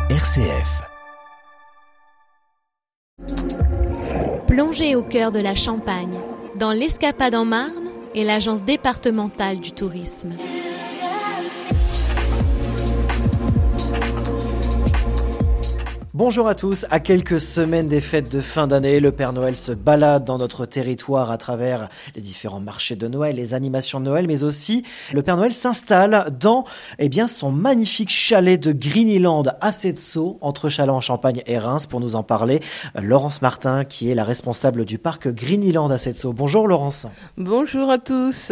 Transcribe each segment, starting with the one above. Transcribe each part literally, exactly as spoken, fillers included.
R C F. Plongez au cœur de la Champagne, dans l'Escapade en Marne et l'Agence départementale du tourisme. Bonjour à tous, à quelques semaines des fêtes de fin d'année, le Père Noël se balade dans notre territoire à travers les différents marchés de Noël, les animations de Noël, mais aussi le Père Noël s'installe dans eh bien, son magnifique chalet de Grignyland à Setso, entre Châlons-en-Champagne et Reims. Pour nous en parler, Laurence Martin, qui est la responsable du parc Grignyland à Setso. Bonjour Laurence. Bonjour à tous.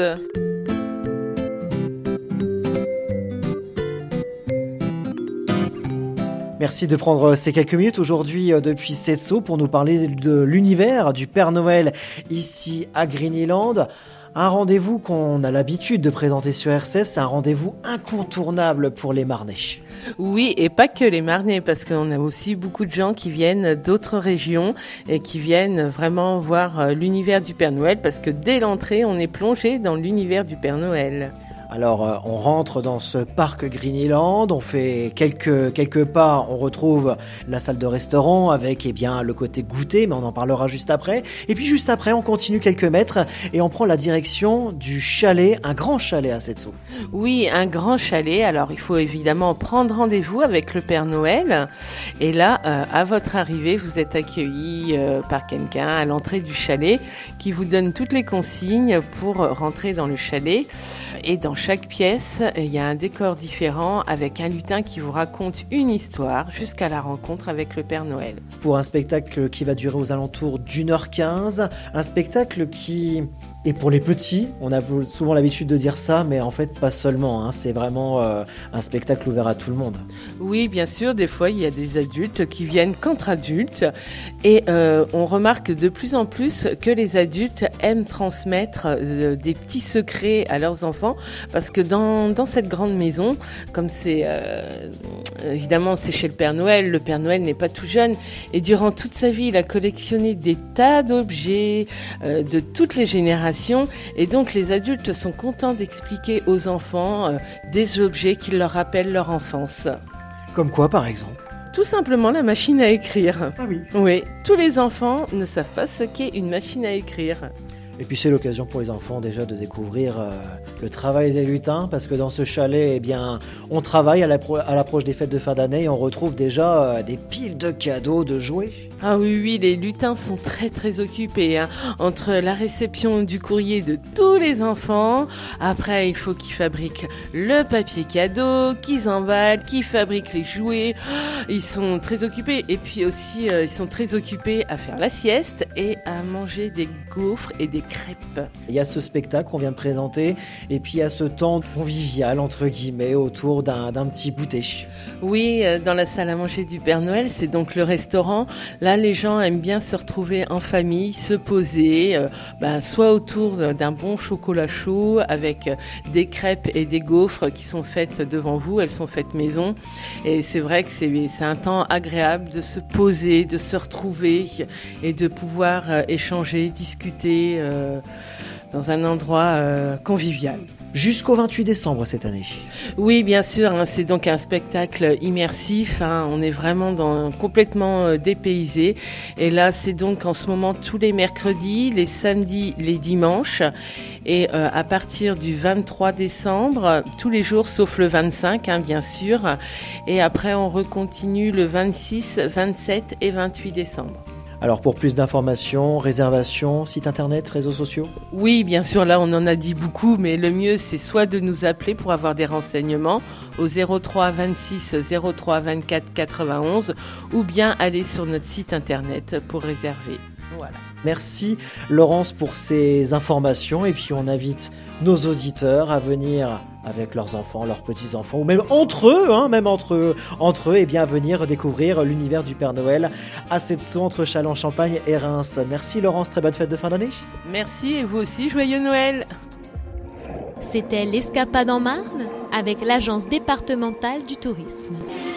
Merci de prendre ces quelques minutes aujourd'hui depuis Setso pour nous parler de l'univers du Père Noël ici à Grignyland. Un rendez-vous qu'on a l'habitude de présenter sur R C F, c'est un rendez-vous incontournable pour les Marnais. Oui, et pas que les Marnais, parce qu'on a aussi beaucoup de gens qui viennent d'autres régions et qui viennent vraiment voir l'univers du Père Noël, parce que dès l'entrée, on est plongé dans l'univers du Père Noël. Alors, on rentre dans ce parc Grignyland, on fait quelques, quelques pas, on retrouve la salle de restaurant avec eh bien, le côté goûter, mais on en parlera juste après. Et puis juste après, on continue quelques mètres et on prend la direction du chalet, un grand chalet à Setso. Oui, un grand chalet. Alors, il faut évidemment prendre rendez-vous avec le Père Noël. Et là, euh, à votre arrivée, vous êtes accueillis euh, par quelqu'un à l'entrée du chalet qui vous donne toutes les consignes pour rentrer dans le chalet. Et dans chaque pièce, il y a un décor différent avec un lutin qui vous raconte une histoire jusqu'à la rencontre avec le Père Noël. Pour un spectacle qui va durer aux alentours d'une heure quinze, un spectacle qui est pour les petits, on a souvent l'habitude de dire ça, mais en fait pas seulement, hein, c'est vraiment euh, un spectacle ouvert à tout le monde. Oui, bien sûr, des fois il y a des adultes qui viennent qu'entre adultes et euh, on remarque de plus en plus que les adultes aiment transmettre euh, des petits secrets à leurs enfants, parce que dans, dans cette grande maison, comme c'est euh, évidemment c'est chez le Père Noël, le Père Noël n'est pas tout jeune et durant toute sa vie il a collectionné des tas d'objets euh, de toutes les générations, et donc les adultes sont contents d'expliquer aux enfants euh, des objets qui leur rappellent leur enfance. Comme quoi par exemple ? Tout simplement la machine à écrire. Ah oui. Oui, tous les enfants ne savent pas ce qu'est une machine à écrire. Et puis c'est l'occasion pour les enfants déjà de découvrir euh, le travail des lutins, parce que dans ce chalet, eh bien, on travaille à, l'appro- à l'approche des fêtes de fin d'année et on retrouve déjà euh, des piles de cadeaux, de jouets. Ah oui, oui, les lutins sont très très occupés, hein. Entre la réception du courrier de tous les enfants, après il faut qu'ils fabriquent le papier cadeau, qu'ils emballent, qu'ils fabriquent les jouets. Ils sont très occupés, et puis aussi euh, ils sont très occupés à faire la sieste et à manger des gaufres et des crêpes. Il y a ce spectacle qu'on vient de présenter, et puis il y a ce temps convivial, entre guillemets, autour d'un, d'un petit goûter. Oui, euh, dans la salle à manger du Père Noël, c'est donc le restaurant. Là, les gens aiment bien se retrouver en famille, se poser, euh, ben, soit autour d'un bon chocolat chaud avec des crêpes et des gaufres qui sont faites devant vous. Elles sont faites maison. Et c'est vrai que c'est, c'est un temps agréable de se poser, de se retrouver et de pouvoir euh, échanger, discuter euh, dans un endroit euh, convivial. Jusqu'au vingt-huit décembre cette année. Oui, bien sûr, hein, c'est donc un spectacle immersif, hein, on est vraiment dans, complètement euh, dépaysé. Et là, c'est donc en ce moment tous les mercredis, les samedis, les dimanches. Et euh, à partir du vingt-trois décembre, tous les jours sauf le vingt-cinq, hein, bien sûr. Et après, on recontinue le vingt-six, vingt-sept et vingt-huit décembre. Alors pour plus d'informations, réservations, site internet, réseaux sociaux ? Oui, bien sûr, là on en a dit beaucoup, mais le mieux c'est soit de nous appeler pour avoir des renseignements au zéro trois vingt-six zéro trois vingt-quatre quatre-vingt-onze ou bien aller sur notre site internet pour réserver. Voilà. Merci Laurence pour ces informations, et puis on invite nos auditeurs à venir avec leurs enfants, leurs petits-enfants, ou même entre eux, hein, même entre eux, entre eux, et bien venir découvrir l'univers du Père Noël à Setso, entre Châlons-en-Champagne et Reims. Merci Laurence, très bonne fête de fin d'année. Merci, et vous aussi, joyeux Noël. C'était l'Escapade en Marne avec l'Agence départementale du tourisme.